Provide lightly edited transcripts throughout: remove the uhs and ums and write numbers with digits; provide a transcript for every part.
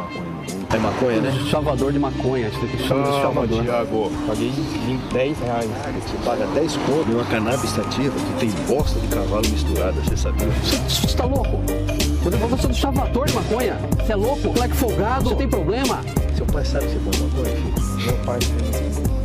maconha no mundo. É maconha, né? Chavador de maconha, acho que chama de chavador. Thiago, paguei R$10. Você paga 10 conto numa cannabis sativa que tem bosta de cavalo misturada, você sabia? Você tá louco? Eu sou do chavador de maconha. Você é louco? Moleque folgado, você tem problema? Seu pai sabe que você põe maconha, filho? Meu pai tem.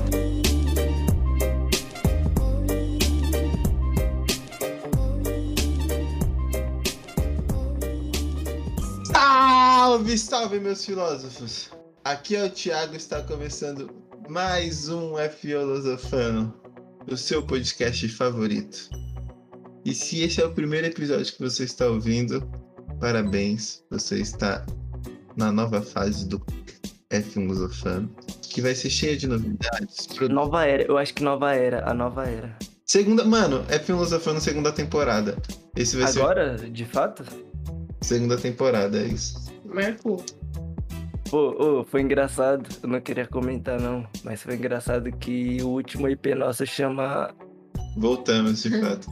Salve, salve, meus filósofos! Aqui é o Thiago, está começando mais um Filosofano, o seu podcast favorito. E se esse é o primeiro episódio que você está ouvindo, parabéns, você está na nova fase do Filosofano, que vai ser cheia de novidades. Nova era, eu acho que nova era, a nova era. Segunda, mano, Filosofano segunda temporada. Esse vai Agora, de fato? Segunda temporada, é isso. Marcou. Pô, foi engraçado, eu não queria comentar não, mas foi engraçado que o último IP nosso chama... Voltamos, de fato.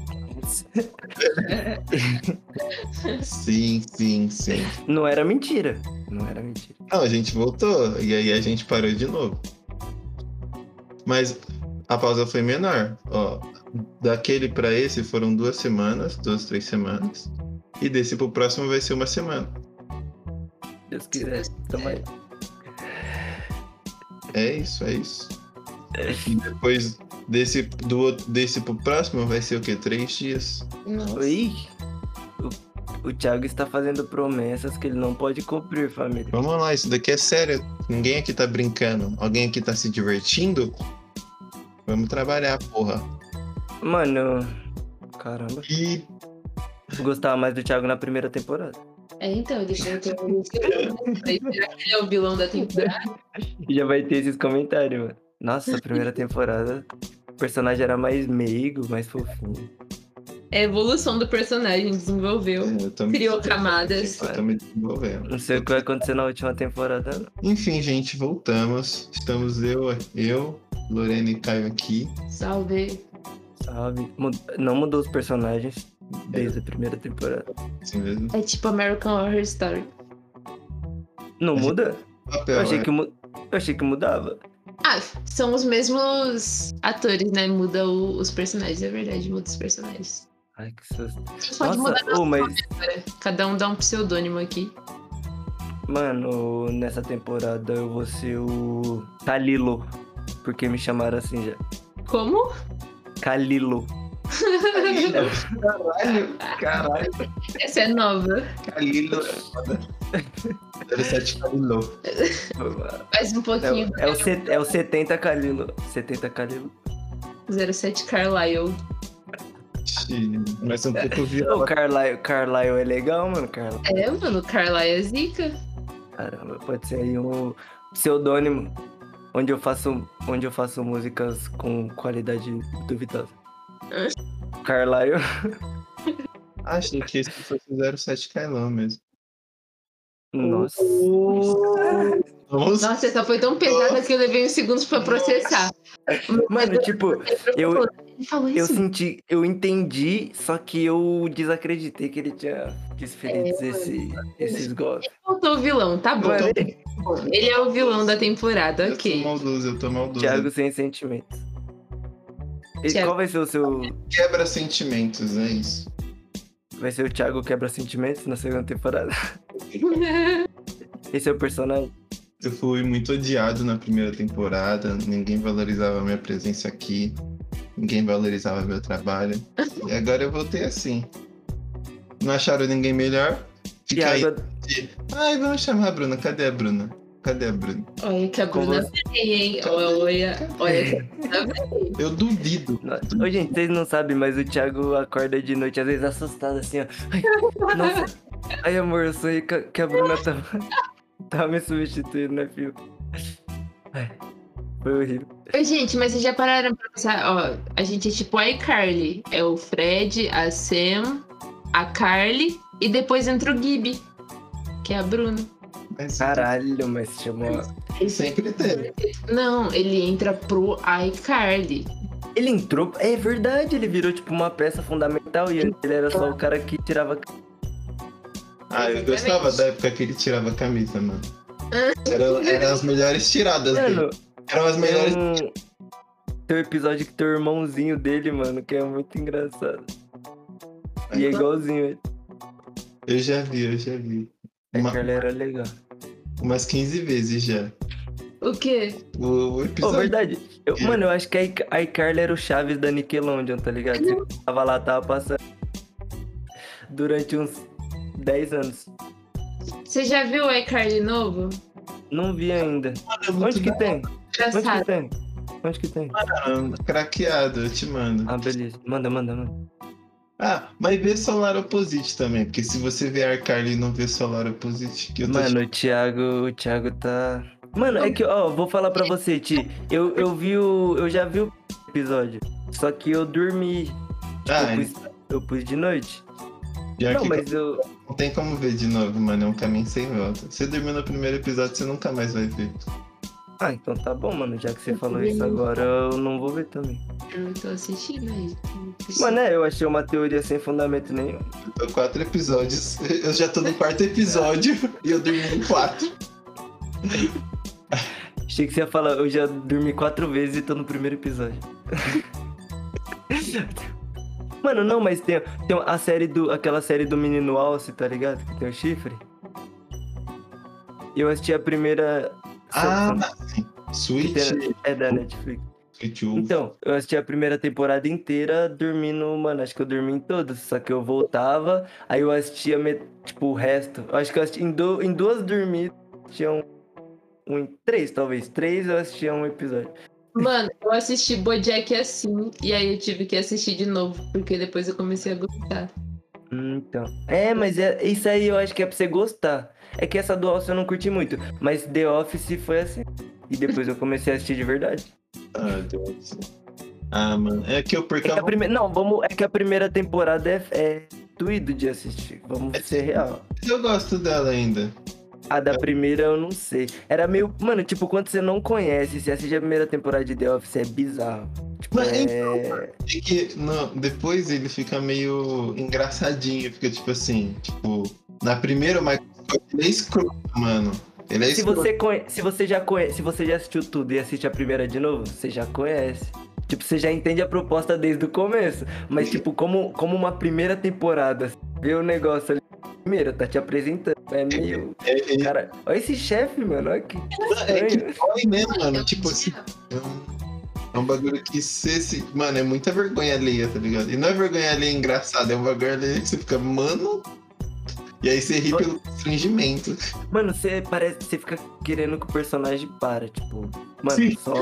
Sim. Não era mentira. Não, a gente voltou, e aí a gente parou de novo. Mas a pausa foi menor, ó. Daquele pra esse foram 2 semanas, 3 semanas. E desse pro próximo vai ser 1 semana. Deus quiser, tamo aí. É isso. E depois desse pro próximo vai ser o quê? 3 dias? Nossa. Ih, o Thiago está fazendo promessas que ele não pode cumprir, família. Vamos lá, isso daqui é sério. Ninguém aqui tá brincando. Alguém aqui tá se divertindo? Vamos trabalhar, porra. Mano, caramba. E... Gostava mais do Thiago na primeira temporada. Então, ele já tem um será que ele é o vilão da temporada? E já vai ter esses comentários, mano. Nossa, a primeira temporada, o personagem era mais meigo, mais fofinho. É a evolução do personagem, desenvolveu, criou camadas. Eu tô me desenvolvendo. Não sei o que vai acontecer na última temporada, não. Enfim, gente, voltamos. Estamos eu, Lorena e Caio aqui. Salve. Sabe? Não mudou os personagens desde a primeira temporada. Assim mesmo. É tipo American Horror Story. Não muda? Papel, Eu achei que mudava. Ah, são os mesmos atores, né? Muda os personagens, é verdade, muda os personagens. Ai, que susto. Pode mudar Nossa, mas... agora. Cada um dá um pseudônimo aqui. Mano, nessa temporada eu vou ser o Kalilo. Porque me chamaram assim já. Como? Kalilo. Caralho. Essa é nova. Kalilo é foda. 07 Kalilo. Faz um pouquinho. É o 70 Kalilo. 70 Kalilo. 07 Carlyle. Mas um pouco violento. O Carlyle é legal, mano. Carlyle. É, mano, Carlyle é zica. Caramba, pode ser aí um pseudônimo onde eu faço músicas com qualidade duvidosa. Carlyle. Achei que esse fosse 07 Kailão mesmo. Nossa. Nossa, essa foi tão pesada que eu levei uns segundos pra processar. Mano, tipo, eu Eu entendi, só que eu desacreditei que ele tinha desferido esses golpes. Faltou o vilão, tá bom. Mano, Ele é o vilão da temporada, ok. Eu tô maldoso. Thiago sem sentimentos. Thiago. Qual vai ser o seu... Quebra sentimentos, é isso. Vai ser o Thiago quebra sentimentos na segunda temporada? Esse é o personagem? Eu fui muito odiado na primeira temporada, ninguém valorizava a minha presença aqui, ninguém valorizava meu trabalho. E agora eu voltei assim. Não acharam ninguém melhor? Fica aí. Ai, vamos chamar a Bruna. Cadê a Bruna? Olha que a Bruna veio, hein? Olha que a Bruna veio. Eu duvido. Ô, gente, vocês não sabem, mas o Thiago acorda de noite, às vezes assustado, assim, ó. Ai, nossa. Ai, amor, eu sonhei que a Bruna tava me substituindo, né, filho? Ai, foi horrível. Oi, gente, mas vocês já pararam pra pensar? Ó, a gente é tipo a iCarly. É o Fred, a Sam, a Carly e depois entra o Gibby, que é a Bruna. Caralho, mas chamou... Sempre teve. Não, ele entra pro iCarly. Ele entrou... É verdade, ele virou tipo uma peça fundamental e ele era só o cara que tirava... Ah, eu gostava da época que ele tirava a camisa, mano. Eram as melhores tiradas dele. Mano, Eram as melhores. tem um episódio que tem o irmãozinho dele, mano, que é muito engraçado. E é igualzinho ele. Eu já vi. A Uma- Carla era legal. Umas 15 vezes já. O quê? O Pô, episódio. verdade. Mano, eu acho que a iCarly era o Chaves da Nickelodeon, tá ligado? Você tava lá, tava passando durante uns 10 anos. Você já viu o iCarly novo? Não vi ainda. É muito Onde que tem? Onde que Engraçado. tem? Onde que tem? craqueado, eu te mando. Ah, beleza. Manda. Ah, mas vê Solar Opposite também, porque se você vê iCarly e não vê Solar Opposite, que eu tô Mano, o Thiago tá... Mano, é que, ó, vou falar pra você, Ti. Eu já vi o episódio. Só que eu dormi. Ah, Eu pus de noite. pior Não, que mas eu... não tem como ver de novo, mano. É um caminho sem volta. Você dormiu no primeiro episódio, você nunca mais vai ver. Ah, então tá bom, mano. Já que você falou isso agora, eu não vou ver também. Eu não tô assistindo aí. Mano, eu achei uma teoria sem fundamento nenhum. Eu tô 4 episódios. Eu já tô no 4º episódio e eu dormi no 4. Achei que você ia falar, eu já dormi 4 vezes e tô no primeiro episódio. Mano, não, mas tem a série aquela série do menino Alce, tá ligado? Que tem o chifre. Eu assisti a primeira... Ah, sim. que Switch. é da Netflix. Switch Wolf. Então, eu assisti a primeira temporada inteira dormindo, mano, acho que eu dormi em todas, só que eu voltava, aí eu assistia, tipo, o resto. Eu acho que eu assisti em duas dormidas, tinha em 3, talvez. 3 eu assistia um episódio. Mano, eu assisti BoJack assim, e aí eu tive que assistir de novo, porque depois eu comecei a gostar. Então. Mas isso aí eu acho que é pra você gostar. É que essa do Alce eu não curti muito, mas The Office foi assim. E depois eu comecei a assistir de verdade. Ah, Deus. Ah, mano. É que eu perco É que a primeira, não, é que a primeira temporada é doído de assistir. Vamos ser real. Eu gosto dela ainda. A da primeira eu não sei. Era meio. Mano, tipo, quando você não conhece, você assiste a primeira temporada de The Office, é bizarro. Tipo, Mas é que depois ele fica meio engraçadinho. Fica tipo assim. Tipo, na primeira o Michael Scott, ele é escroto, mano. Ele é Se escroto. você já conhece, se você já assistiu tudo e assiste a primeira de novo, você já conhece. Tipo, você já entende a proposta desde o começo. Mas, tipo, como uma primeira temporada, vê o negócio ali. Primeiro, tá te apresentando. É meio. Cara, olha esse chefe, mano. Olha que É que estranho. dói mesmo, mano. Tipo assim. É um bagulho que mano, é muita vergonha alheia, tá ligado? E não é vergonha alheia engraçada, é um bagulho alheia que você fica, mano. E aí você ri pelo constrangimento. Mano, você fica querendo que o personagem para, tipo. Mano, Sim. só.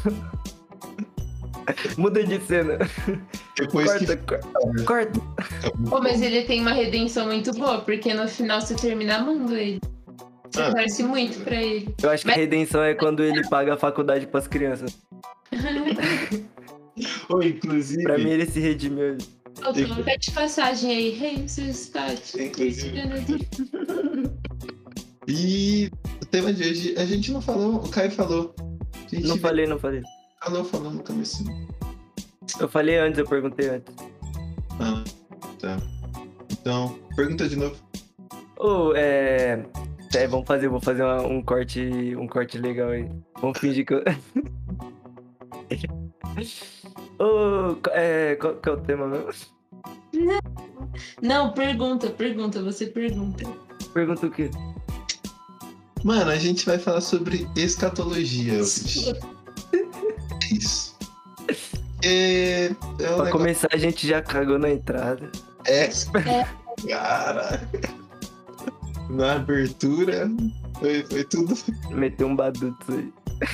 Muda de cena. Depois Corta. Pô, mas ele tem uma redenção muito boa, porque no final você termina amando ele. Você Ah. torce muito pra ele. Eu acho que a redenção é quando ele paga a faculdade pras crianças. Ou inclusive. Pra mim, ele se redimiu. Ô, Tom, pede passagem aí. Hey, Mr. Scott. Inclusive. E o tema de hoje, a gente não falou, o Caio falou. A gente Não falei. falou no começo. Eu falei antes, eu perguntei antes. Ah, tá. Então, pergunta de novo. Vou fazer um corte legal aí. Vamos fingir que eu... qual que é o tema mesmo? Não, pergunta, você pergunta. Pergunta o quê? Mano, a gente vai falar sobre escatologia hoje. Isso. Pra começar, a gente já cagou na entrada. Cara. Na abertura, foi tudo. Meteu um baduto aí.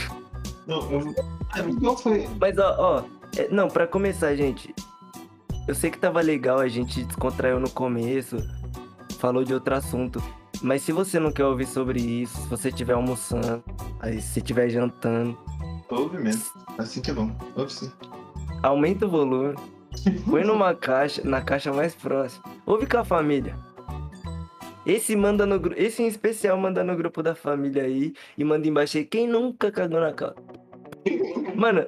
Não foi. Mas, não, pra começar, gente, eu sei que tava legal, a gente descontraiu no começo, falou de outro assunto, mas se você não quer ouvir sobre isso, se você estiver almoçando, aí se estiver jantando, Ouve mesmo. Assim que é bom. Ouve sim. aumenta o volume, põe na caixa mais próxima, ouve com a família. Esse em especial manda no grupo da família aí e manda embaixo aí, quem nunca cagou na calça? Mano...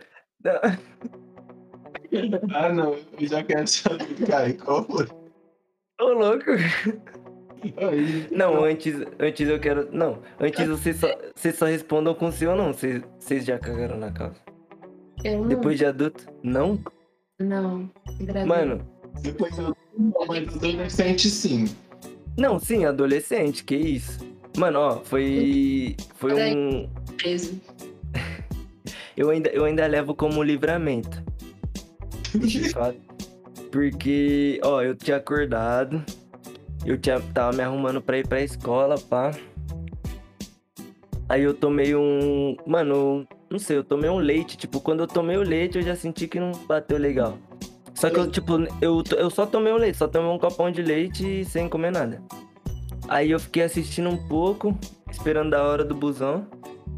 Ah, não. Eu já quero saber, Caio. Qual foi? Ô, louco. Não, antes eu quero. Não, antes vocês só respondam com sim ou não. Vocês já cagaram na calça. Eu não. Depois de adulto? Não? Não. Engraçado. Mano, Depois eu. Mas adolescente, sim. não, sim, adolescente, que isso? Mano, ó, foi um. Preso. Eu ainda levo como livramento. De fato. Porque, ó, eu tinha acordado. Tava me arrumando pra ir pra escola, pá. Aí eu tomei um. Mano, não sei, eu tomei um leite. Tipo, quando eu tomei o leite, eu já senti que não bateu legal. Só que eu, tipo, eu só tomei o leite, só tomei um copão de leite sem comer nada. Aí eu fiquei assistindo um pouco, esperando a hora do busão.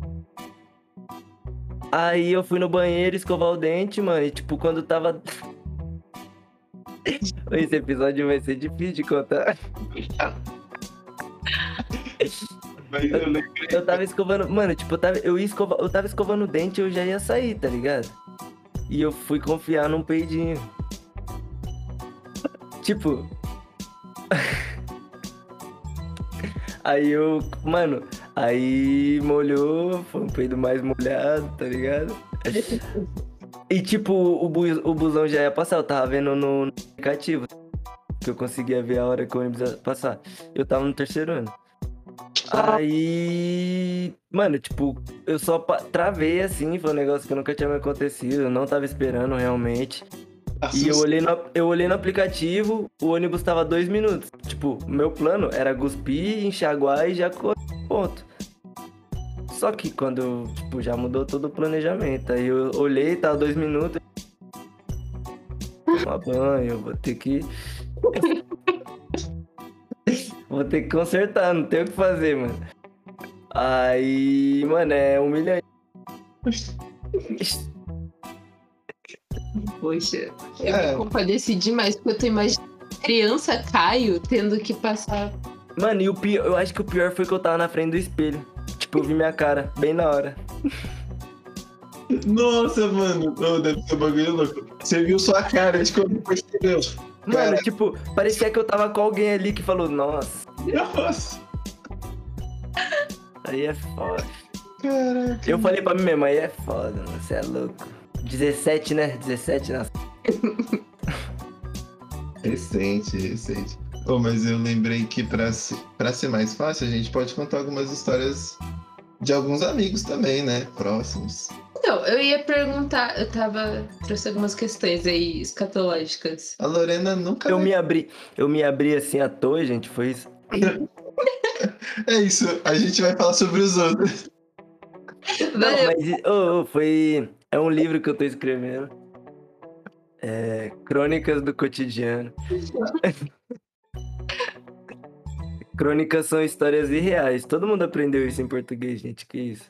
Aí eu fui no banheiro escovar o dente, mano, e tipo, quando tava... Esse episódio vai ser difícil de contar. Mas eu lembrei. Eu tava escovando... Mano, tipo, eu tava escovando o dente e eu já ia sair, tá ligado? E eu fui confiar num peidinho. Tipo... Aí eu... Mano, aí molhou, foi um peido mais molhado, tá ligado? E tipo, o busão já ia passar, eu tava vendo no aplicativo. Que eu conseguia ver a hora que o ônibus ia passar. Eu tava no 3º ano. Aí... Mano, tipo, eu só travei assim, foi um negócio que nunca tinha me acontecido. Eu não tava esperando realmente. E eu olhei no aplicativo, o ônibus tava 2 minutos. Tipo, meu plano era cuspir, enxaguar e já ponto. Só que quando, tipo, já mudou todo o planejamento. Aí eu olhei, tava 2 minutos. Tomar banho, vou ter que consertar, não tem o que fazer, mano. Aí, mano, é humilhante. Poxa, eu me compadeci demais, porque eu tô imaginando criança Caio tendo que passar. Mano, e o pior, eu acho que o pior foi que eu tava na frente do espelho. Tipo, eu vi minha cara, bem na hora. Nossa, mano. Oh, deve ser um bagulho louco. Você viu sua cara de quando percebeu. Mano, tipo, parecia que eu tava com alguém ali que falou, nossa. Nossa. Aí é foda. Caraca. Eu falei pra mim mesmo, aí é foda, mano, você é louco. 17, né? 17, nossa. Recente. Oh, mas eu lembrei que pra ser mais fácil, a gente pode contar algumas histórias de alguns amigos também, né? Próximos. Então, eu ia perguntar, trouxe algumas questões aí escatológicas. A Lorena nunca... Eu me abri assim à toa, gente, foi isso. É isso, a gente vai falar sobre os outros. Não, mas foi... É um livro que eu tô escrevendo. É... Crônicas do Cotidiano. Crônicas são histórias irreais. Todo mundo aprendeu isso em português, gente. Que isso?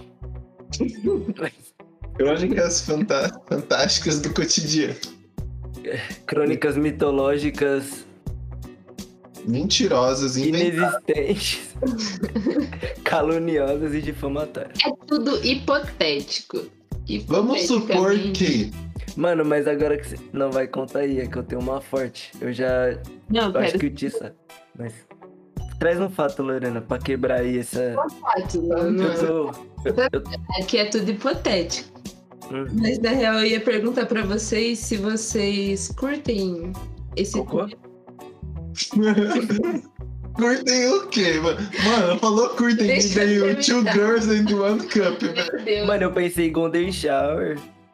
Crônicas fantásticas do cotidiano. Crônicas mitológicas mentirosas, inexistentes, caluniosas e difamatórias. É tudo hipotético. Vamos supor que... Mano, mas agora que você não vai contar aí, é que eu tenho uma forte. Eu já... Não, eu acho que o Ti sabe. Mas... Traz um fato, Lorena, pra quebrar aí essa... Um fato, não. Aqui é tudo hipotético. Mas na real eu ia perguntar pra vocês se vocês curtem esse... Curtem o quê, mano? Mano, falou curtem e veio Two Girls and One Cup, velho. Mano, eu pensei em Golden Shower.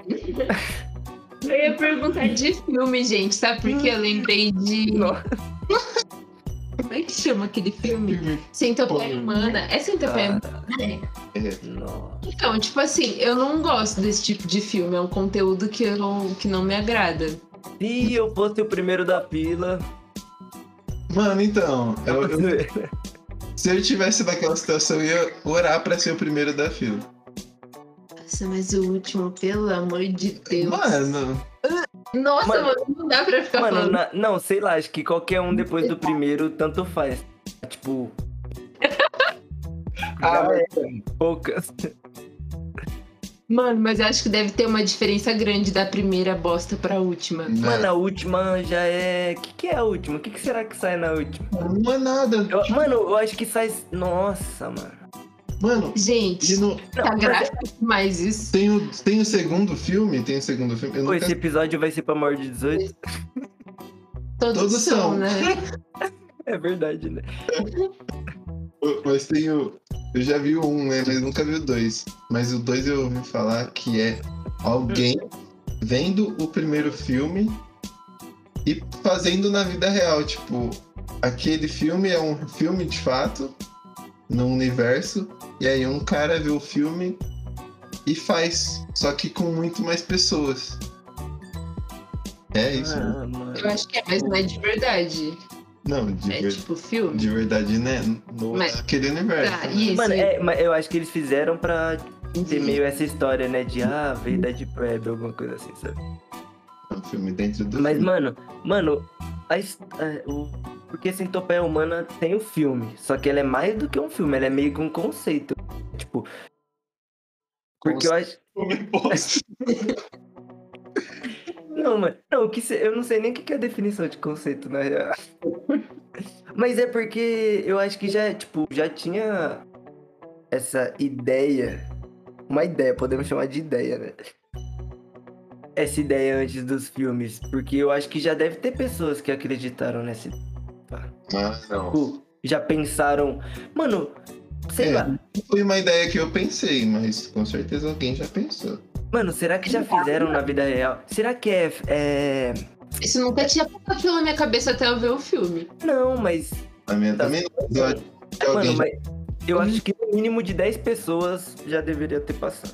Eu ia perguntar de filme, gente, sabe? Porque eu lembrei de... Como é que chama aquele filme? Centopeia Humana. É Centopeia Humana, né? Então, tipo assim, eu não gosto desse tipo de filme. É um conteúdo que não me agrada. Se eu fosse o primeiro da fila... Mano, então... se eu tivesse naquela situação, eu ia orar pra ser o primeiro da fila. Nossa, mas o último, pelo amor de Deus. Mano... Nossa, mano, não dá pra ficar falando. Não, sei lá, acho que qualquer um depois do primeiro, tanto faz. Tipo... poucas. Mano, mas eu acho que deve ter uma diferença grande da primeira bosta pra última. Mano, a última já é... O que é a última? O que será que sai na última? Não é nada. Mano, eu acho que sai... Nossa, mano. Mano, Gente, e no- tá gráfico demais isso. tem o segundo filme? Tem o segundo filme? Eu Pô, nunca- esse episódio vai ser pra maior de 18? Todos são, né? É verdade, né? Mas tem o... Eu já vi o 1, né? Mas nunca vi o 2. Mas o 2 eu ouvi falar que é alguém vendo o primeiro filme e fazendo na vida real. Tipo, aquele filme é um filme de fato, no universo. E aí um cara vê o filme e faz. Só que com muito mais pessoas. É isso, né? Ah, mano. Eu acho que é, mas não é de verdade. Não, É tipo filme. de verdade, né? Mas- Naquele universo. Tá, né? isso. Mano, mas eu acho que eles fizeram pra ter meio essa história, né? De, veio da Deep Web, alguma coisa assim, sabe? É um filme dentro do Mas, filme. mano, porque Centopeia Humana tem o filme, só que ela é mais do que um filme, ela é meio que um conceito. Tipo, porque eu acho... Filme bosta. Não, mano, não, eu não sei nem o que é a definição de conceito, na real. Mas é porque eu acho que já tinha essa ideia, uma ideia, podemos chamar de ideia, né? Essa ideia antes dos filmes, porque eu acho que já deve ter pessoas que acreditaram nessa ideia. Ah, não. Tipo, já pensaram, mano, sei lá, Não foi uma ideia que eu pensei, mas com certeza alguém já pensou. mano, será que já fizeram na vida real? Será que é... Isso nunca tinha passado pela minha cabeça até eu ver o filme. Não, mas... A minha também não, mas eu acho que alguém Mano, mas eu acho que no mínimo de 10 pessoas já deveria ter passado.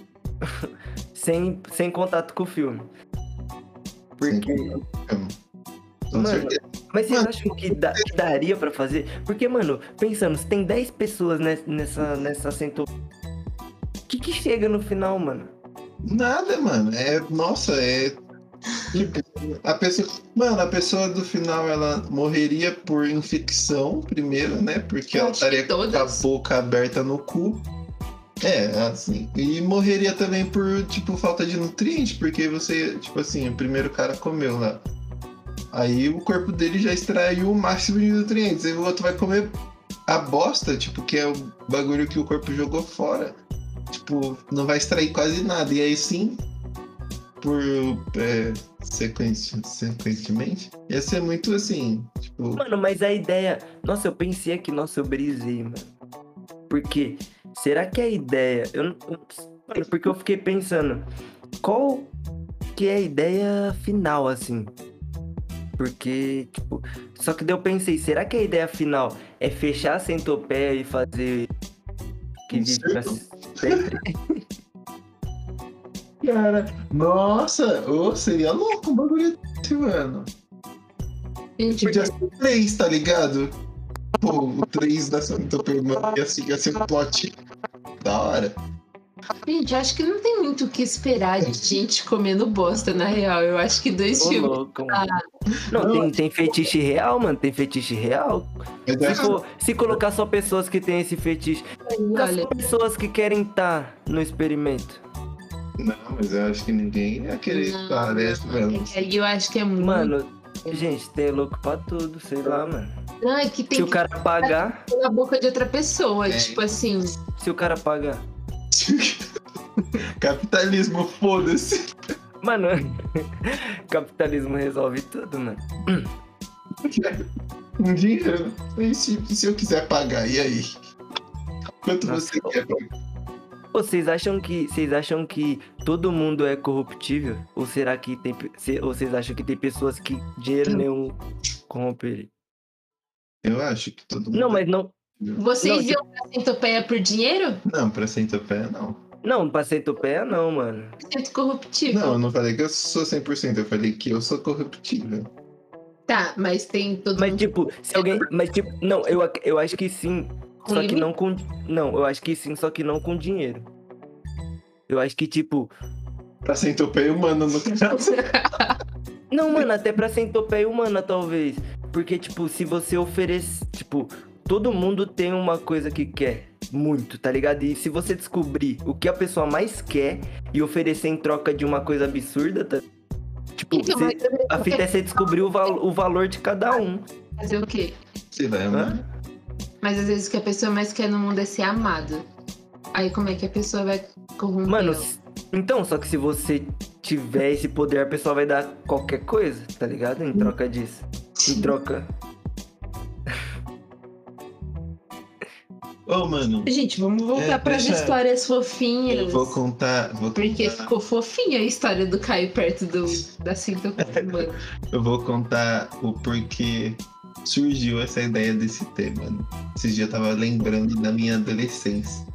sem contato com o filme. Porque... Com Mano, certeza. mas vocês Mano. acham que daria pra fazer? Porque, mano, pensando, se tem 10 pessoas nessa centopeia, o que chega no final, mano? Nada, mano. Nossa, tipo, a pessoa do final, ela morreria por infecção primeiro, né? Porque Eu ela acho que estaria com a todas. boca aberta no cu. Assim. E morreria também por, tipo, falta de nutriente, porque você, tipo assim, o primeiro cara comeu lá. Aí o corpo dele já extraiu o máximo de nutrientes. Aí o outro vai comer a bosta, tipo, que é o bagulho que o corpo jogou fora. Tipo, não vai extrair quase nada. E aí sim, por sequentemente, ia ser muito assim, tipo... Mano, mas a ideia... Nossa, eu pensei aqui, nossa, eu brisei, mano. Porque, será que a ideia... Mano, porque eu fiquei pensando, qual que é a ideia final, assim? Porque, tipo... Só que daí eu pensei, será que a ideia final é fechar a centopeia e fazer... Que vive pra sempre? Cara, nossa, seria louco um bagulho desse, mano. Gente, Podia ser 3, tá ligado? Pô, o 3 da Centopeia Humana ia ser um plot da hora. gente, eu acho que não tem muito o que esperar de gente comendo bosta, na real. Eu acho que 2 Ô, filmes. louco, mano. Não, tem fetiche real, mano. Tem fetiche real. Mas eu acho Se colocar só pessoas que têm esse fetiche, colocar Olha, só pessoas que querem estar no experimento. Não, mas eu acho que ninguém ia querer estar nessa, mano. aí eu acho que é muito. Mano, gente, tem louco pra tudo, sei lá, mano. Não, é que tem Se o que cara pagar, pôr na boca de outra pessoa. Tipo assim. se o cara pagar. Capitalismo, foda-se. Mano, capitalismo resolve tudo, mano. Um dinheiro. E se eu quiser pagar, e aí? Quanto você quer pagar? Pô, vocês acham que todo mundo é corruptível? Ou será que ou vocês acham que tem pessoas que dinheiro nenhum corromperia? Eu acho que todo mundo. Não, mas não. Vocês Não, iam pra centopeia por dinheiro? Não, pra centopeia, não. Não, pra centopeia não, mano. Centro corruptível. Não, eu não falei que eu sou 100%, eu falei que eu sou corruptível. Tá, mas tem todo Mas mundo. tipo, se alguém. Mas tipo, não, eu acho que sim. Com Só que limite? não com. Não, eu acho que sim, só que não com dinheiro. Eu acho que, tipo. Pra centopeia humana, no caso. Não, mano, até pra centopeia humana, talvez. Porque, tipo, se você oferecer. Tipo, todo mundo tem uma coisa que quer muito, tá ligado? E se você descobrir o que a pessoa mais quer e oferecer em troca de uma coisa absurda, tá? Tipo, Então, você- a fita é você descobrir o valor de cada um. Fazer o quê? Você vai amar. Hã? Mas às vezes o que a pessoa mais quer no mundo é ser amada. Aí como é que a pessoa vai corromper? Mano, ela? então, só que se você tiver esse poder, a pessoa vai dar qualquer coisa, tá ligado? Em troca disso. Em troca. Ô, mano, Gente, vamos voltar pras deixa- histórias fofinhas. eu vou contar. Porque ficou fofinha a história do Caio perto da cinta humana. Eu vou contar o porquê surgiu essa ideia desse tema. Mano. Esses dias eu tava lembrando da minha adolescência.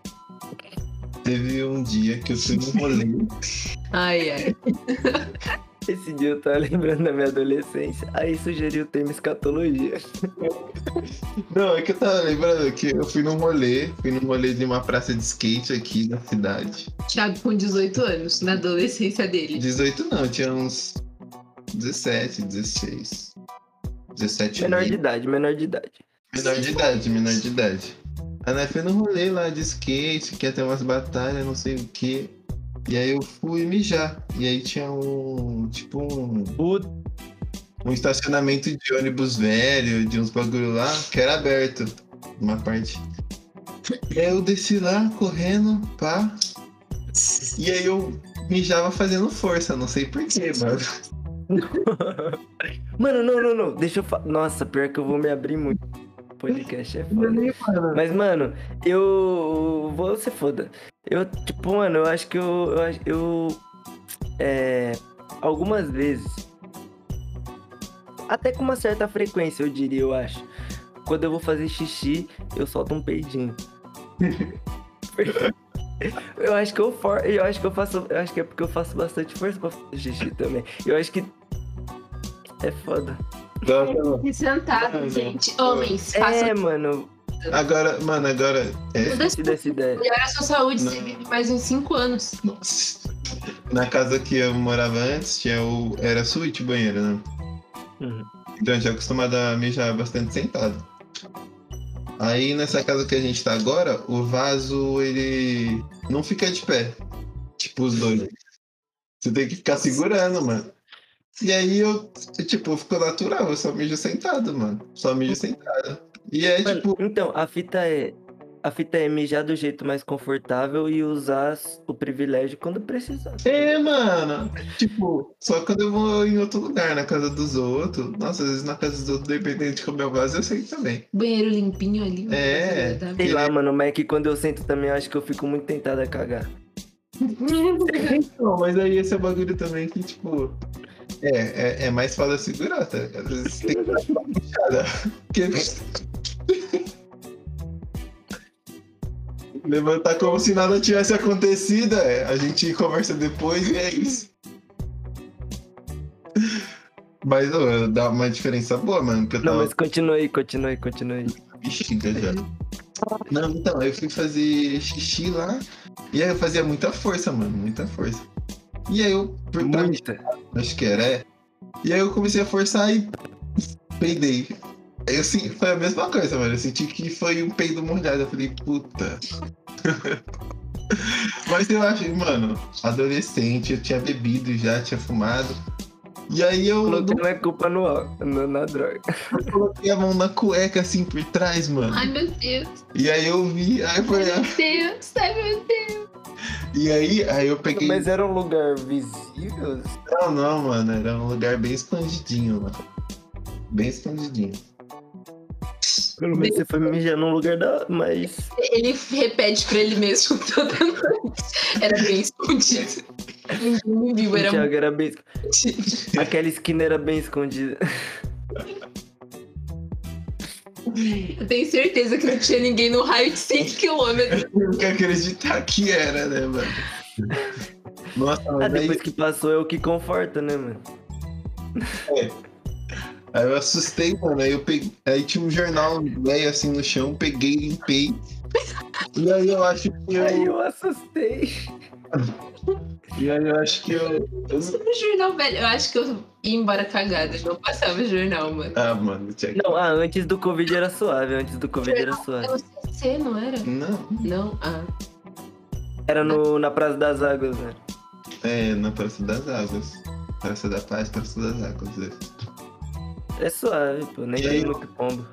Teve um dia que eu fui num rolê. Ai, ai. Esse dia eu tava lembrando da minha adolescência. Aí sugeriu o termo escatologia. Não, é que eu tava lembrando que eu fui num rolê de uma praça de skate aqui na cidade. Thiago com 18 anos, na adolescência dele. 18 não, eu tinha uns 17, 16. 17 Menor anos. de idade, menor de idade. Menor de idade. Aí nós fomos num rolê lá de skate, que ia ter umas batalhas, não sei o que. E aí eu fui mijar. E aí tinha um Puta, estacionamento de ônibus velho, de uns bagulho lá, que era aberto. Uma parte. E aí eu desci lá, correndo, pá. E aí eu mijava fazendo força, não sei porquê, mano. Mano, não. Deixa eu falar. Nossa, pior que eu vou me abrir muito. Podcast é foda. Mas, mano, eu vou ser foda. Eu, tipo, mano, eu acho que algumas vezes, até com uma certa frequência, eu diria, eu acho. Quando eu vou fazer xixi, eu solto um peidinho. Eu acho que é porque eu faço bastante força pra fazer xixi também. Eu acho que é foda. E sentado, gente. Homens, façam. Mano, Agora. esqueci dessa ideia. Melhora a sua saúde, Não. você vive mais uns 5 anos. Nossa. Na casa que eu morava antes, era suíte banheiro, né? Uhum. Então eu tinha acostumado a mijar bastante sentado. Aí nessa casa que a gente tá agora, o vaso, ele não fica de pé. Tipo, os dois. Você tem que ficar segurando, mano. E aí ficou natural, eu só mijo sentado, mano. Só mijo sentado. E é Mano, tipo, então, a fita é mijar do jeito mais confortável e usar o privilégio quando precisar. mano. Tipo, só quando eu vou em outro lugar, na casa dos outros. Nossa, às vezes na casa dos outros, dependendo de como é o vaso, eu sei também. Banheiro limpinho ali. uma É. coisa agradável. Sei lá, mano, mas é que quando eu sento também, eu acho que eu fico muito tentado a cagar. Não, mas aí esse é o bagulho também que, tipo. É mais fácil segurar, tá? Às vezes tem que dar uma puxada. Levantar como se nada tivesse acontecido, a gente conversa depois e é isso. Mas ô, dá uma diferença boa, mano, porque eu Não, tava mas continue. bexiga já. Não, então, eu fui fazer xixi lá, e aí eu fazia muita força, mano, muita força. E aí eu, por trás, Muita. acho que era, e aí eu comecei a forçar e peidei. Aí eu foi a mesma coisa, mano, eu senti que foi um peido molhado, eu falei, puta. Mas eu acho, mano, adolescente, eu tinha bebido já, tinha fumado. E aí eu Coloquei minha culpa na droga. coloquei a mão na cueca assim por trás, mano. Ai, meu Deus. E aí eu vi, aí foi. Meu Deus. Ai, meu Deus. E aí eu peguei. Mas era um lugar visível? Não, mano, era um lugar bem escondidinho, mano. Bem escondidinho. Pelo menos você foi mijar num lugar mais... Ele repete pra ele mesmo toda noite. Era bem escondido. Ninguém me viu, era Thiago era bem... muito. Aquela esquina era bem escondida. Eu tenho certeza que não tinha ninguém no raio de 5 km. Eu não quero acreditar que era, né, mano? Nossa, Ah, mas aí, depois que passou é o que conforta, né, mano? aí eu assustei, mano. Aí eu peguei. Aí tinha um jornal velho assim no chão, peguei, limpei. E aí eu acho que Aí eu assustei. E aí eu acho que eu No jornal, velho, eu acho que eu ia embora cagada. Eu não passava jornal, mano. Ah, mano, tinha que... Não, antes do Covid era suave, antes do Covid era suave. Era o CC, não era? Não. Não? Ah. Era na Praça das Águas, né? É, na Praça das Águas. Praça da Paz, Praça das Águas. É suave, pô, nem E tem aí? muito pombo.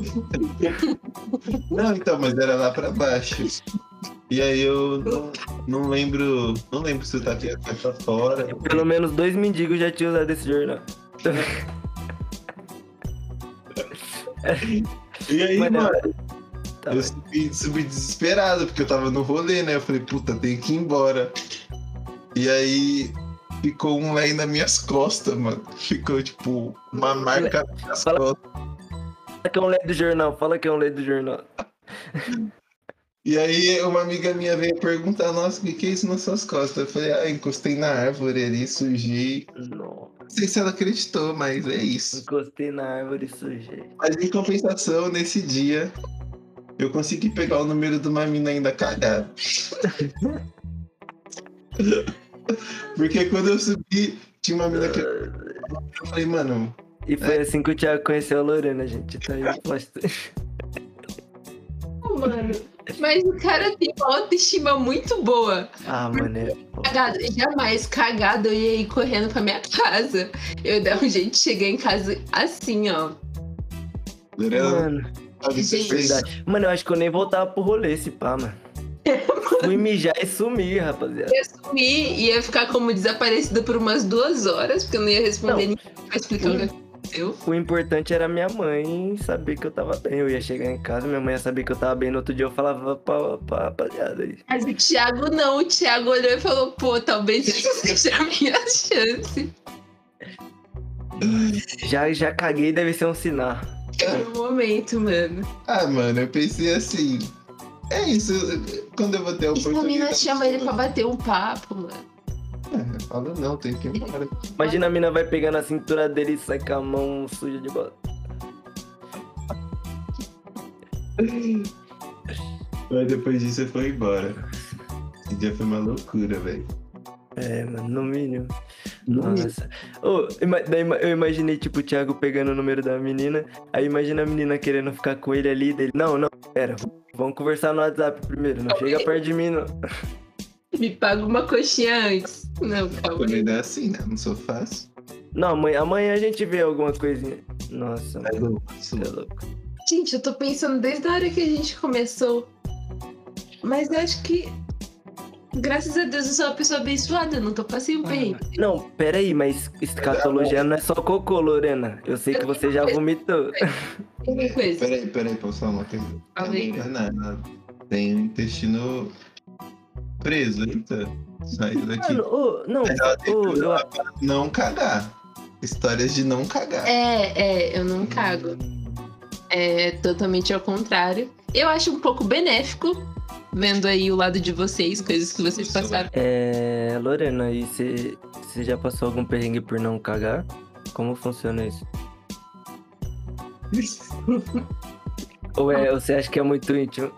Não, então, mas era lá pra baixo. E aí eu não lembro. Não lembro se eu tava aqui pra fora. Pelo menos 2 mendigos já tinham usado esse jornal. E aí, Mano, mano, tá eu bem. subi desesperado, porque eu tava no rolê, né? Eu falei, puta, tenho que ir embora. E aí ficou um aí nas minhas costas, mano. Ficou, tipo, uma marca nas minhas Fala- costas. Fala que é um lei do jornal, fala que é um lei do jornal. E aí uma amiga minha veio perguntar, nossa, o que é isso nas suas costas? Eu falei, encostei na árvore ali, sujei. Nossa, Não sei se ela acreditou, mas é isso. encostei na árvore e sujei. Mas em compensação, nesse dia, eu consegui pegar o número de uma mina ainda cagada. Porque quando eu subi, tinha uma mina que eu falei, mano, E foi assim que o Thiago conheceu a Lorena, gente. Tá aí o plot. Mano. Mas o cara tem uma autoestima muito boa. Ah, mano, é foda. Cagado, jamais cagado eu ia ir correndo pra minha casa. Eu ia dar um jeito de chegar em casa assim, ó. Lorena, Mano, sabe, você gente. fez. verdade. Mano, eu acho que eu nem voltava pro rolê esse pá, mano. Fui mijar e sumi, rapaziada. Eu ia sumir e ia ficar como desaparecida por umas 2 horas, porque eu não ia responder Não. ninguém pra explicar o que aconteceu. O importante era minha mãe saber que eu tava bem. Eu ia chegar em casa, minha mãe ia saber que eu tava bem. No outro dia eu falava pra rapaziada aí. Mas o Thiago não, o Thiago olhou e falou, pô, talvez isso seja a minha chance. Já caguei, deve ser um sinal. No momento, mano. Ah, mano, eu pensei assim. É isso, quando eu vou ter a E se a mina oportunidade. chama ele pra bater um papo, mano? Eu falo, não, tem que ir embora. Imagina a mina vai pegar na cintura dele e sai com a mão suja de bola. Mas depois disso eu fui embora. Esse dia foi uma loucura, velho. É, mano, no mínimo. Nossa. Ô, daí eu imaginei, tipo, o Thiago pegando o número da menina. Aí imagina a menina querendo ficar com ele ali dele. Não, pera. Vamos conversar no WhatsApp primeiro. Não chega perto de mim, não. Me paga uma coxinha antes. Não, calma Também aí. não é assim, né? Não sou fácil. Não, amanhã a gente vê alguma coisinha. Nossa, É mano, louco, isso você é é louco. louco. Gente, eu tô pensando desde a hora que a gente começou. Mas eu acho que, graças a Deus, eu sou uma pessoa abençoada. Eu nunca passei um perrengue. Não, pera aí, mas escatologia não é só cocô, Lorena. Eu sei que você já vomitou. Tem coisa. Peraí, posso falar uma coisa? Falei. Não é nada. Tem o intestino preso, eita. Saiu daqui. Mano, não, Ela tem ô, problema pra não cagar. Histórias de não cagar. Eu não cago. É totalmente ao contrário. Eu acho um pouco benéfico, vendo aí o lado de vocês, coisas que vocês passaram. Lorena, e você já passou algum perrengue por não cagar? Como funciona isso? Ou você acha que é muito íntimo?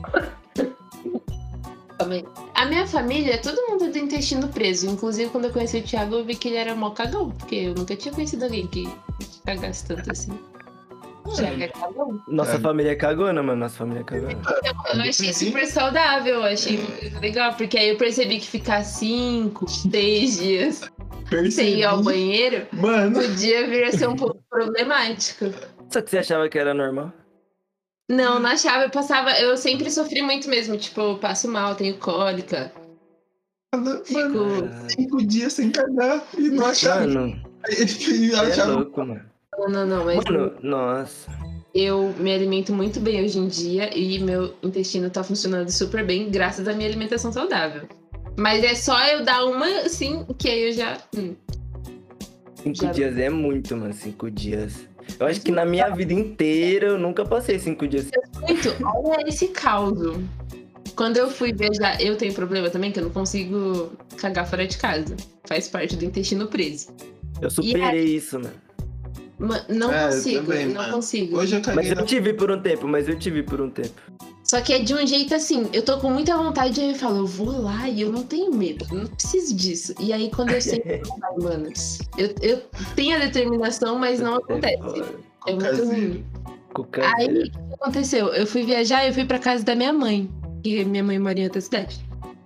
A minha família, todo mundo é do intestino preso. Inclusive, quando eu conheci o Thiago, eu vi que ele era mó cagão. Porque eu nunca tinha conhecido alguém que cagasse tanto assim. O Thiago é cagão. Nossa família é cagona, mano. Nossa família é cagona. Eu achei super saudável, eu achei muito legal. Porque aí eu percebi que ficar 5, 10 dias sem ir ao banheiro Mano, podia vir a ser um pouco problemático. Só que você achava que era normal? Não achava, eu sempre sofri muito mesmo. Tipo, eu passo mal, tenho cólica. mano, Ah, 5 dias sem cagar e não achava. Mano, E você é achava. louco, mano. Não, mas Mano, nossa. eu me alimento muito bem hoje em dia e meu intestino tá funcionando super bem graças à minha alimentação saudável. Mas é só eu dar uma, assim, que aí eu já... 5 Já- dias é muito, mano. 5 dias. Eu acho que na minha vida inteira eu nunca passei 5 dias. Muito, olha esse caldo. Quando eu fui viajar, eu tenho problema também que eu não consigo cagar fora de casa. Faz parte do intestino preso. Eu superei isso, mano. Não É, eu consigo, também, não mano. consigo. Hoje eu Mas caguei eu tive por um tempo, Só que é de um jeito assim, eu tô com muita vontade, aí eu falo, eu vou lá e eu não tenho medo, eu não preciso disso. E aí quando eu sei, ai, mano, eu tenho a determinação, mas não acontece. É muito ruim. Aí, o que aconteceu? Eu fui viajar e eu fui pra casa da minha mãe, que minha mãe mora em outra cidade.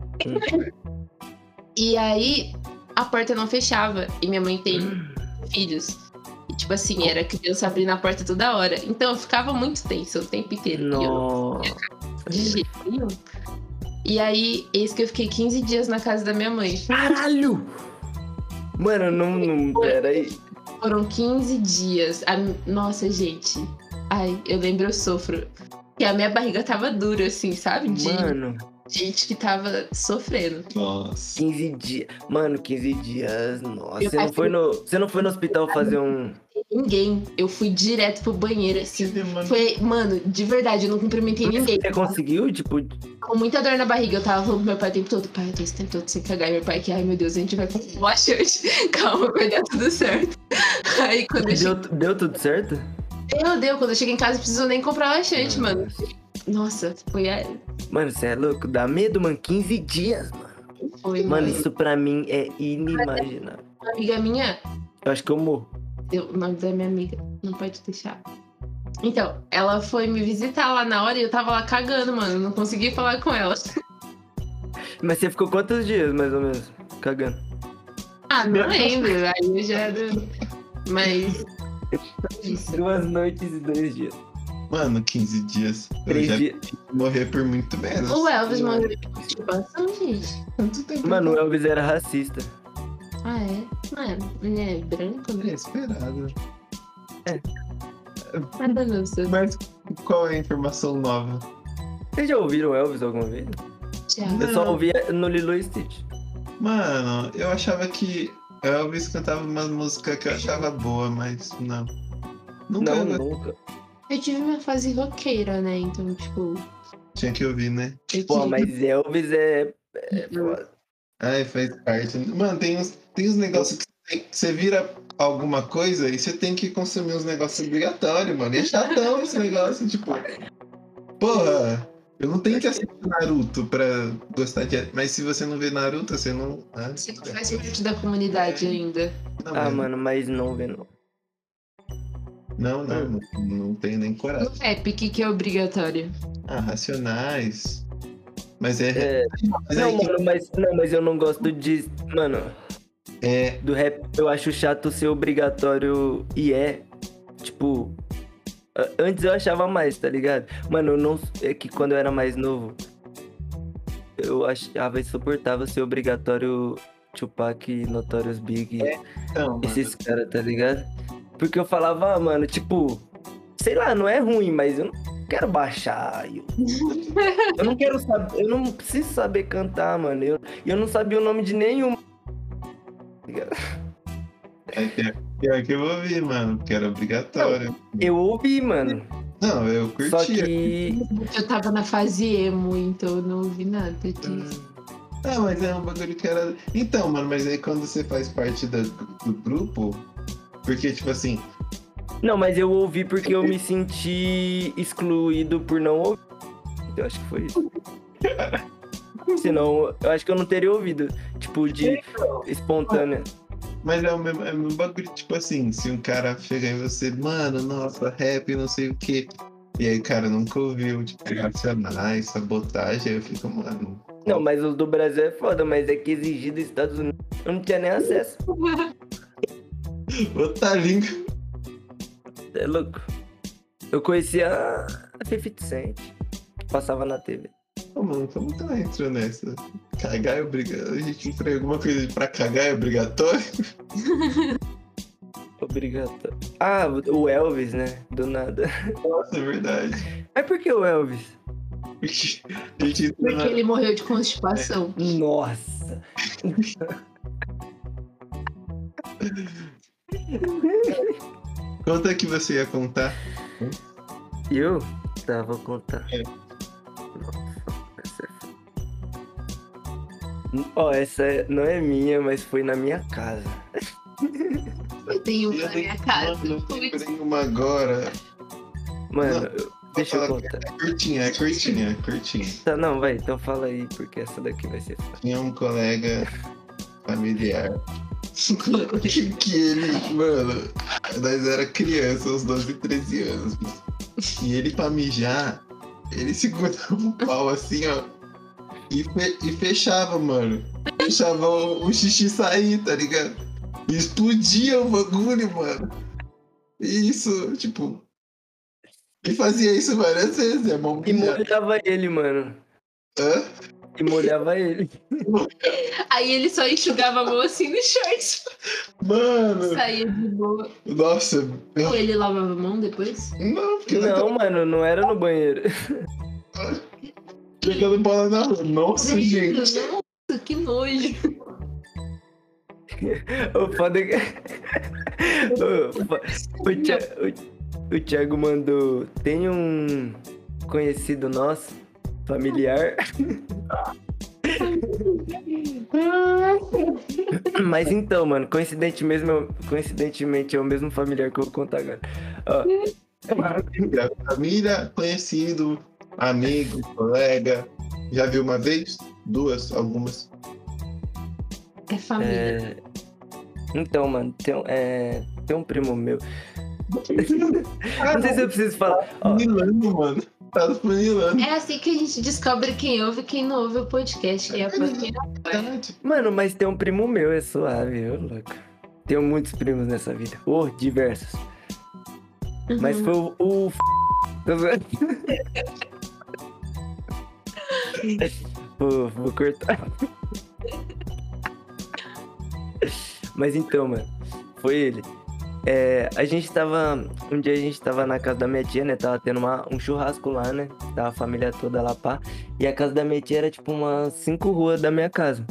E aí, a porta não fechava, e minha mãe tem filhos. E, tipo assim, era criança abrindo a porta toda hora. Então eu ficava muito tenso o tempo inteiro. Nossa. De jeito nenhum. E aí, eis que eu fiquei 15 dias na casa da minha mãe. Caralho! Mano, não pera aí. Foram 15 dias. Nossa, gente. Ai, eu lembro, eu sofro. Que a minha barriga tava dura, assim, sabe? Mano. Gente que tava sofrendo. Nossa. 15 dias. Mano, 15 dias. Nossa. Você não foi no hospital fazer um. Ninguém. Eu fui direto pro banheiro, assim. Foi, mano, de verdade, eu não cumprimentei ninguém. Você conseguiu, tipo. Com muita dor na barriga, eu tava falando pro meu pai o tempo todo. Pai, eu tô esse tempo todo sem cagar. E meu pai que, ai meu Deus, a gente vai fazer um laxante. Calma, vai dar tudo certo. Aí quando eu Deu tudo certo? Deu. Quando eu cheguei em casa, não precisou nem comprar laxante, mano. Nossa, foi. Mano, você é louco? Dá medo, mano. 15 dias, mano. Foi, mano, isso pra mim é inimaginável. Uma amiga minha. Eu acho que eu morro. O nome da minha amiga. Não pode deixar. Então, ela foi me visitar lá na hora e eu tava lá cagando, mano. Não consegui falar com ela. Mas você ficou quantos dias, mais ou menos, cagando? Ah, não lembro. Aí eu já... Mas... 2 noites e 2 dias. Mano, 15 dias. 3 eu já dias. morrer por muito menos. O Elvis morreu de constipação, gente. Quanto tempo? Mano, o Elvis era racista. Ah, é? Mano, ele é branco, É né? esperado. Nada não, seu. Mas qual é a informação nova? Vocês já ouviram Elvis alguma vez? Já. Eu só ouvia no Lilo e Stitch. Mano, eu achava que Elvis cantava uma música que eu achava boa, mas não. Nunca Nunca. Eu tive uma fase roqueira, né? Então, tipo... tinha que ouvir, né? Pô, mas Elvis é foda. Ai, faz parte. Mano, tem uns negócios que você vira alguma coisa e você tem que consumir uns negócios obrigatórios, mano. E é chatão esse negócio, tipo... Porra, eu não tenho que assistir Naruto pra gostar de... Mas se você não vê Naruto, você não... Você faz parte da comunidade ainda. Não, Ah, mas- mano, mas não vê não. Não tenho nem coragem. No rap, o que é obrigatório? Ah, Racionais. Mas mas Não, aí, mano, mas eu não gosto de... Mano, do rap eu acho chato ser obrigatório e tipo... Antes eu achava mais, tá ligado? Mano, eu não... É que quando eu era mais novo, eu achava insuportável ser obrigatório Tupac, Notorious Big, então, mano, esses caras, tá ligado? Porque eu falava, mano, tipo... Sei lá, não é ruim, mas eu não quero baixar. Eu não quero saber... Eu não preciso saber cantar, mano. Eu não sabia o nome de nenhum. pior que eu ouvi, mano, porque era obrigatório. Eu ouvi, mano. Não, eu curtia. Só que... Eu tava na fase emo, então eu não ouvi nada disso. Ah, mas é um bagulho que era... Então, mano, mas aí quando você faz parte do grupo... Porque, tipo assim... Não, mas eu ouvi porque eu me senti excluído por não ouvir. Eu acho que foi isso. Senão, eu acho que eu não teria ouvido. Tipo, de espontânea. Mas é o mesmo bagulho, tipo assim... Se um cara chega em você... Mano, nossa, rap, não sei o quê... E aí o cara nunca ouviu, tipo, Racionais, Sabotagem... Aí eu fico, mano... Não, mas os do Brasil é foda, mas é que exigir dos Estados Unidos eu não tinha nem acesso. Outra língua... É louco. Eu conhecia a 50 Cent, que passava na TV. Ô, mano, como que ela entrou nessa? Cagar é obrigatório? A gente foi alguma coisa pra cagar é obrigatório? Obrigatório. Ah, o Elvis, né? Do nada. Nossa, é verdade. Mas por que o Elvis? Porque a gente Porque ele morreu de constipação. Nossa. Conta que você ia contar. Eu? Tá, vou contar. Essa não é minha, mas foi na minha casa. Eu tenho uma na minha casa. Mano, eu lembrei uma agora. Mano, Deixa eu falar que contar. é curtinha. Tá, não, vai, então fala aí, porque essa daqui vai ser fácil. Tinha um colega familiar que ele, mano, nós era criança, uns 12, 13 anos. E ele pra mijar, ele segurava o pau assim, ó. E fechava, mano. Fechava o xixi sair, tá ligado? E explodia o bagulho, mano. E isso, tipo. Ele fazia isso várias vezes, é mó E humilhante. molhava ele, mano. Hã? E molhava ele. Aí ele só enxugava a mão assim no shorts. Mano, Saía de boa. nossa, Ou ele lavava a mão depois? não, porque Não, mano, não era no banheiro. jogando bola na rua. Nossa, gente. Nossa, que nojo. O foda é que... o Thiago mandou... Tem um conhecido nosso, familiar... Mas então, mano, coincidentemente é o mesmo familiar que eu vou contar agora. Ó, Família, conhecido, amigo, colega. Já viu uma vez? Duas? Algumas? É família. então, mano, tem um primo meu. Não sei se eu preciso falar. Ó, Funilando, mano. Tá funilando. É assim que a gente descobre quem ouve e quem não ouve o podcast. É porque Verdade. mano, mas tem um primo meu, é suave, ô louco. Tenho muitos primos nessa vida. Diversos. Mas foi o Tô zoando. Vou cortar. Mas então, mano, foi ele. Um dia a gente tava na casa da minha tia, né? Tava tendo um churrasco lá, né? Tava a família toda lá, pá. E a casa da minha tia era tipo umas 5 ruas da minha casa.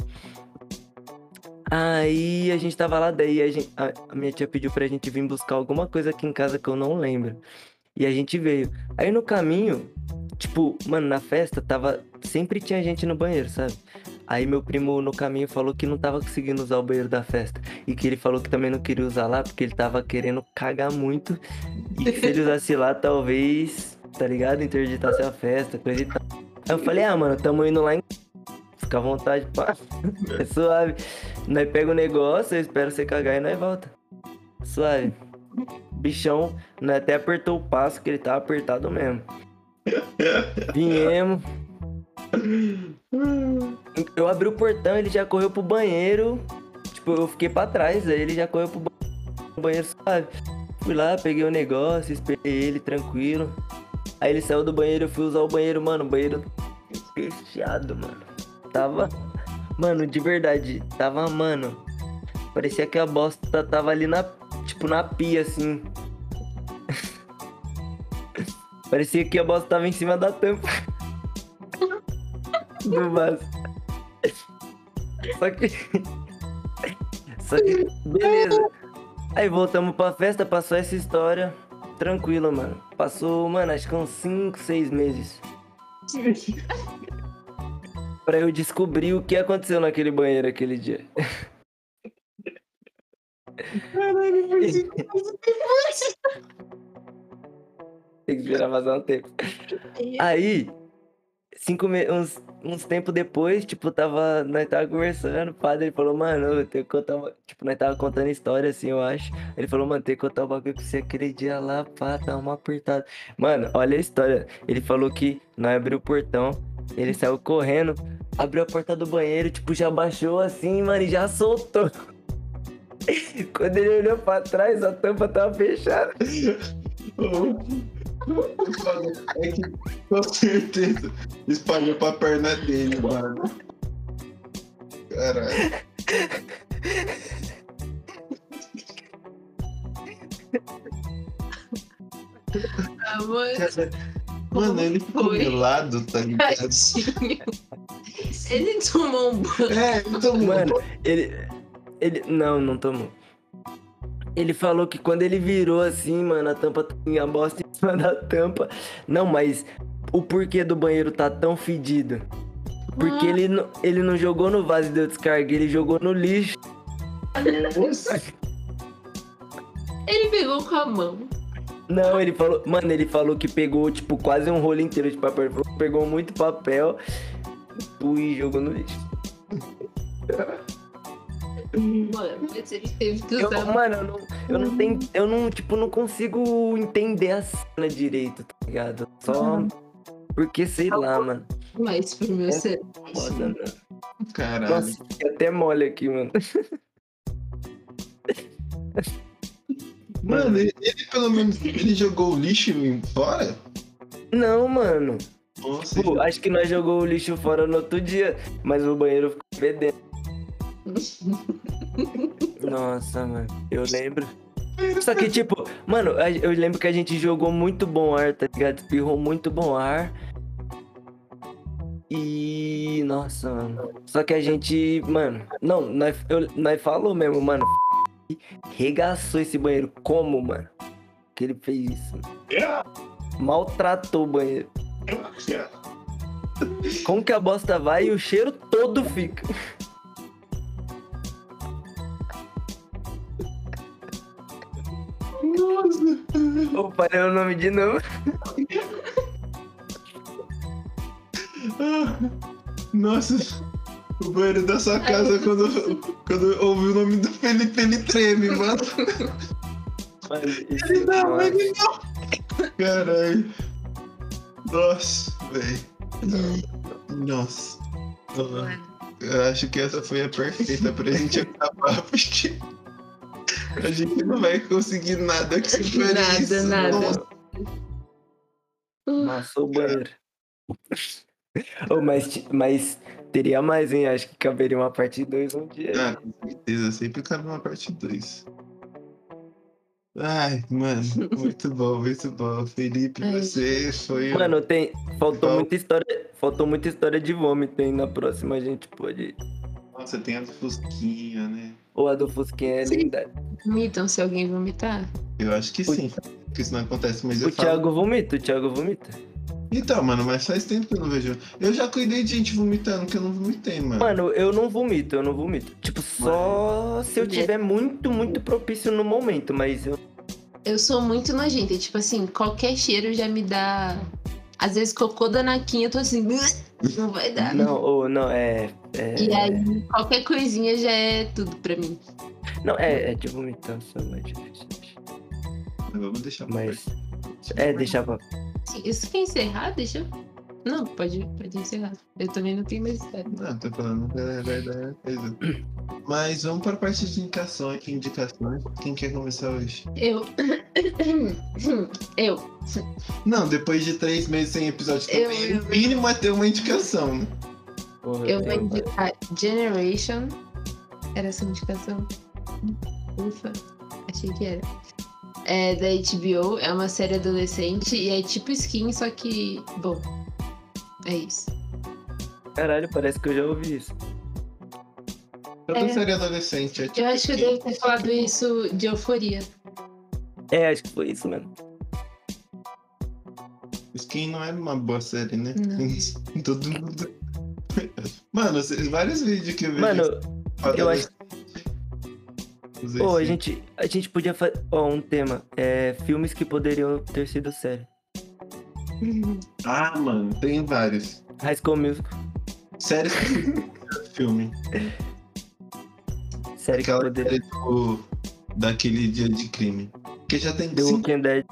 Aí a gente tava lá, daí a minha tia pediu pra gente vir buscar alguma coisa aqui em casa que eu não lembro. E a gente veio. Aí no caminho, tipo, mano, na festa sempre tinha gente no banheiro, sabe? Aí meu primo no caminho falou que não tava conseguindo usar o banheiro da festa. E que ele falou que também não queria usar lá porque ele tava querendo cagar muito. E que se ele usasse lá, talvez, tá ligado? Interditasse a festa, coisa e tal. Aí eu falei, mano, tamo indo lá em... Fica à vontade, pá. É suave. Nós pega o negócio, eu espero você cagar e nós volta. Suave. Bichão, nós até apertou o passo, que ele tava apertado mesmo. Viemos. Eu abri o portão, ele já correu pro banheiro. Tipo, eu fiquei pra trás, aí ele já correu pro banheiro, suave. Fui lá, peguei o negócio, esperei ele tranquilo. Aí ele saiu do banheiro, eu fui usar o banheiro, mano. O banheiro fechado, mano. Tava, mano, de verdade, mano. Parecia que a bosta tava ali na pia, assim. Parecia que a bosta tava em cima da tampa do vaso. Só que, beleza. Aí voltamos pra festa, passou essa história. Tranquilo, mano. Passou, mano, acho que uns 5, 6 meses. Pra eu descobrir o que aconteceu naquele banheiro aquele dia. Caralho, foi 5 meses depois. Tem que esperar passar um tempo. Aí, uns tempos depois, tipo, nós tava conversando, o padre falou, mano, eu tenho que contar tipo, nós tava contando história, assim, eu acho. Ele falou, mano, tem que contar o bagulho pra você aquele dia lá, pá, tava uma apertada. Mano, olha a história. Ele falou que nós abriu o portão, ele saiu correndo, abriu a porta do banheiro, tipo, já baixou assim, mano, e já soltou. Quando ele olhou pra trás, a tampa tava fechada. É que com certeza espalhou pra perna dele, mano. Caralho. Mano, ele ficou melado, tá ligado? Ele tomou um banho. Ele tomou. Mano, ele... Não tomou. Ele falou que quando ele virou assim, mano, a tampa tinha bosta em cima da tampa. Não, mas o porquê do banheiro tá tão fedido? Porque ele não jogou no vaso e deu descarga, ele jogou no lixo. Ele pegou com a mão. Não, ele falou... Mano, ele falou que pegou, tipo, quase um rolo inteiro de papel. Ele falou que pegou muito papel e jogou no lixo. Mano, mas ele teve que usar. Mano, eu não tenho... Eu não, tipo, não consigo entender a cena direito, tá ligado? Só... Porque, sei lá, mano. mais pro meu ser. Foda, mano. Caralho. Nossa, fiquei até mole aqui, mano. Mano, ele pelo menos ele jogou o lixo fora? Não, mano. Nossa, Pô, acho que nós jogou o lixo fora no outro dia, mas o banheiro ficou fedendo. Nossa, mano, eu lembro. Só que, tipo, mano, eu lembro que a gente jogou muito bom ar, tá ligado? Espirrou muito bom ar. E... Nossa, mano. Só que a gente, mano... Não, nós falou mesmo, mano. Regaçou esse banheiro. Como, mano? Que ele fez isso, mano. Maltratou o banheiro. Como que a bosta vai e o cheiro todo fica? Nossa. Opa, é o nome de novo. Nossa, o banheiro da sua casa, quando ouve o nome do Felipe, ele treme, mano. Mano, Ele não. Caralho. Nossa, velho. Nossa. Eu acho que essa foi a perfeita pra gente acabar, porque a gente não vai conseguir nada que supere Nada, isso. nada. Nossa. Nossa, o banheiro. Oh, mas teria mais, hein? Acho que caberia uma parte 2 um dia. Ah, com certeza, sempre cabe uma parte 2. Ai, mano, muito bom, muito bom. Felipe, você foi. Mano, faltou Bom. muita história de vômito, hein? Na próxima a gente pode. Nossa, tem a do Fusquinha, né? Ou a do Fusquinha é Sim. lendária. Vomitam se alguém vomitar? Eu acho que sim. Porque isso não acontece, mas eu O falo. Thiago vomita. Então, mano, mas faz tempo que eu não vejo. Eu já cuidei de gente vomitando, que eu não vomitei, mano. Mano, eu não vomito. Tipo, só se eu tiver muito, muito propício no momento, mas eu. Eu sou muito nojenta. Tipo assim, qualquer cheiro já me dá. Às vezes cocô da Naquinha, eu tô assim. Não vai dar. Não, é. E aí, qualquer coisinha já é tudo pra mim. Não, é de vomitação, é difícil. Mas vamos deixar pra Mas. perto. Deixar pra. Sim, isso quer encerrar? Deixa eu. Não, pode encerrar. Eu também não tenho mais história. Não, tô falando vai dar coisa. Mas vamos para a parte de indicações. Quem quer começar hoje? Eu. Não, depois de 3 meses sem episódio, Eu- o mínimo é ter uma indicação, né? Porra, Eu vou tenho- indicar Generation. Era essa indicação? Ufa, achei que era. É da HBO, é uma série adolescente e é tipo Skin, só que. Bom. É isso. Caralho, parece que eu já ouvi isso. Toda É. série adolescente é tipo. Eu acho que eu devo ter falado isso de Euforia. Acho que foi isso mesmo. Skin não é uma boa série, né? Não. Todo mundo. Mano, vários vídeos que eu vejo. Mano, eu acho. Usei Pô, a sim. gente podia fazer. Um tema. Filmes que poderiam ter sido série. Ah, mano, tem vários. High School Musical. Séries que filme. Série que Aquela poderia. série daquele dia de crime. Que já tem The 5. Walking Dead.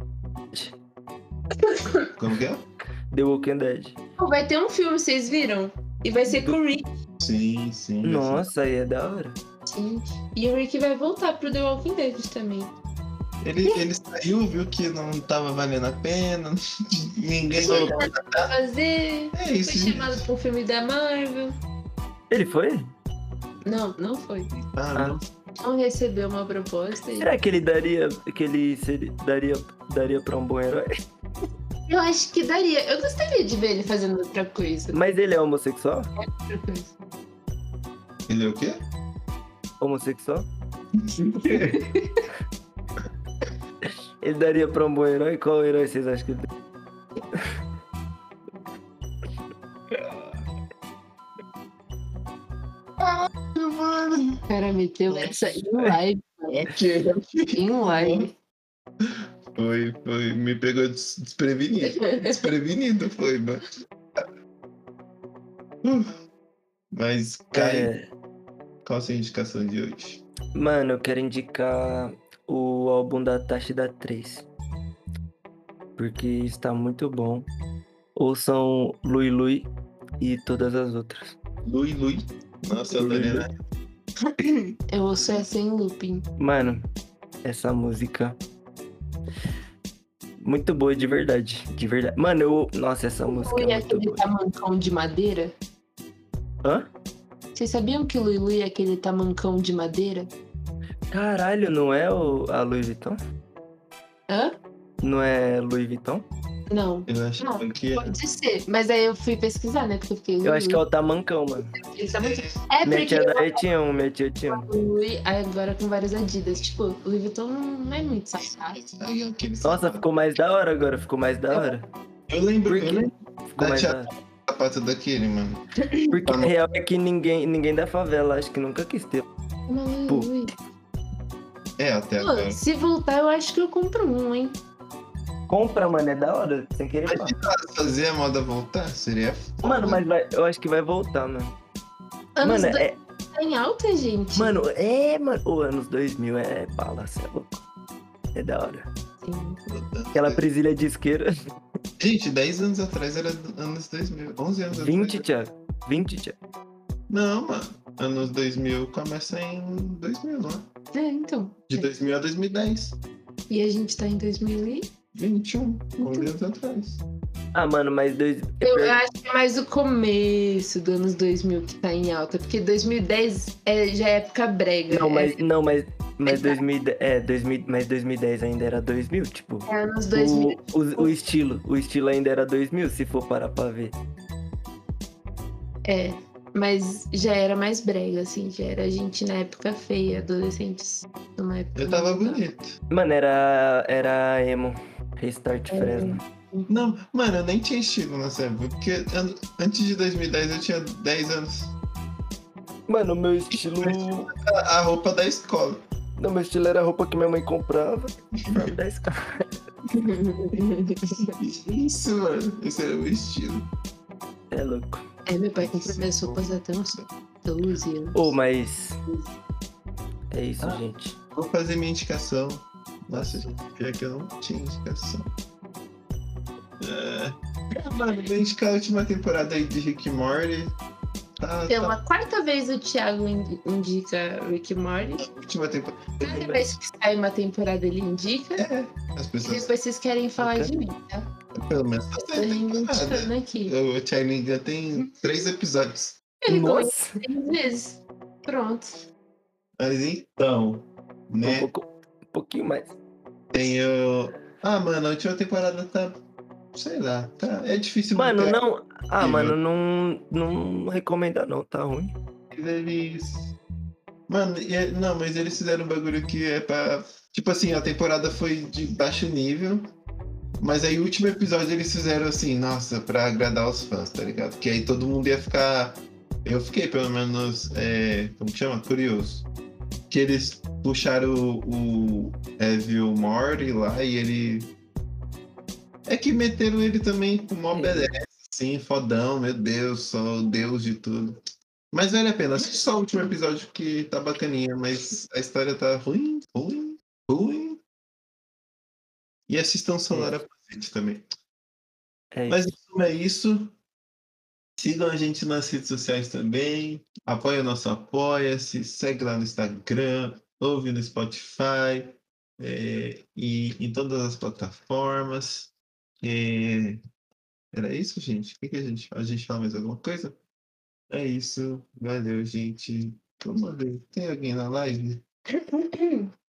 Como que é? The Walking Dead. Pô, vai ter um filme, vocês viram? E vai ser com o Rick. Sim, sim. Nossa, aí é da hora. Sim. E o Rick vai voltar pro The Walking Dead também. Ele saiu, viu que não tava valendo a pena. Ninguém falou. Pra fazer. É Foi isso. chamado pra um filme da Marvel. Ele foi? Não foi. Ah, não. Não recebeu uma proposta. E... Será que ele daria. Daria pra um bom herói? Eu acho que daria. Eu gostaria de ver ele fazendo outra coisa. Mas ele é homossexual? Outra coisa. Ele é o quê? Homossexual? Ele daria pra um bom herói? Qual herói vocês acham que ele daria? Mano. O cara meteu essa em live. Em live. Me pegou desprevenido. Desprevenido foi, mano. Mas, Caio, É, qual a sua indicação de hoje? mano, eu quero indicar o álbum da Táchida 3. Porque está muito bom. Ouçam Lui Lui e todas as outras. Lui. Nossa, eu tô Lui lendo. Lui. Eu ouço essa em looping. Mano, essa música. Muito boa de verdade. De verdade. Mano, Nossa, essa música Lui é é muito aquele boa. tamancão de madeira? Hã? Vocês sabiam que o Lui Lui é aquele tamancão de madeira? Caralho, não é a Louis Vuitton? Hã? Não é Louis Vuitton? Não. Eu acho Não, que é. pode ser. Mas aí eu fui pesquisar, né? Porque eu fiquei. Eu acho que é o Tamancão, mano. É Minha porque tia daí tinha um, minha tia tinha um. o Louis, aí agora com várias Adidas. Tipo, o Louis Vuitton não é muito safado. Aí, aquele Nossa, sapato. ficou mais da hora agora, ficou mais da hora. Eu lembro Por quê? Ficou da mais tia da hora. sapato daquele, mano. Porque a real é que ninguém da favela acho que nunca quis ter. Pô. É, até Pô, agora. se voltar, eu acho que eu compro um, hein? Compra, mano, é da hora, sem querer Mas falar. se nós fazer a moda voltar, seria foda. Mano, mas eu acho que vai voltar, mano. Anos Mano, 2000 tá em alta, gente. Mano, o anos 2000 é bala, cê é louco. É da hora. Sim. Aquela presilha de isqueira. Gente, 10 anos atrás era anos 2000. 11 anos 20, atrás. Thiago. 20, Thiago. Não, mano. Anos 2000 começa em 2000, não é? Então. De 2000 a 2010. E a gente tá em 2000 21. 11 anos atrás. Ah, mano, mas Eu acho que é mais o começo dos anos 2000 que tá em alta. Porque 2010 já é época brega. Mas 2010 ainda era 2000, tipo. É anos 2000. O estilo ainda era 2000, se for parar pra ver. É. Mas já era mais brega, assim. Já era gente na época feia, adolescentes. Numa época Eu tava muito- bonito. Mano, era emo. Restart Fresno. Não, mano, eu nem tinha estilo nessa época. Porque antes de 2010 eu tinha 10 anos. Mano, meu estilo. A roupa da escola. Não, meu estilo era a roupa que minha mãe comprava. Pra 10 Isso, mano. Esse era o meu estilo. É louco. É, meu pai comprou minhas roupas até uns 12 anos. Ô, mas. É isso, gente. Vou fazer minha indicação. Nossa, gente, pior que eu não tinha indicação. Mano, vou indicar a última temporada aí de Rick e Morty. Pela quarta vez o Thiago indica Rick e Morty. Última temporada. Cada vez que sai uma temporada ele indica. As E pessoas. depois vocês querem falar de mim, tá? Pelo menos tá Tô saindo temporada. reivindicando aqui. O Charlie tem 3 episódios. Ele Nossa! comentou 3 vezes. Pronto. Mas então, né? Um pouquinho mais. Tenho. Ah, mano, a última temporada tá. Sei lá, tá. É difícil Mano, manter não. Ah, Sim, mano, não recomenda não, tá ruim. eles. Mano, não, mas eles fizeram um bagulho que é pra. Tipo assim, a temporada foi de baixo nível. Mas aí o último episódio eles fizeram assim, nossa, pra agradar os fãs, tá ligado? Que aí todo mundo ia ficar. Eu fiquei, pelo menos, como que chama? Curioso. Que eles puxaram o Evil Morty lá e ele. É que meteram ele também com mó beleza, assim, fodão, meu Deus, só o deus de tudo. Mas vale a pena, assiste só o último episódio que tá bacaninha, mas a história tá ruim. E assistam Solar Opposite também. Mas é isso. Sigam a gente nas redes sociais também. Apoie o nosso Apoia-se. Segue lá no Instagram. Ouve no Spotify. E em todas as plataformas. Era isso, gente? O que a gente fala mais alguma coisa? É isso. Valeu, gente. Vamos ver. Tem alguém na live?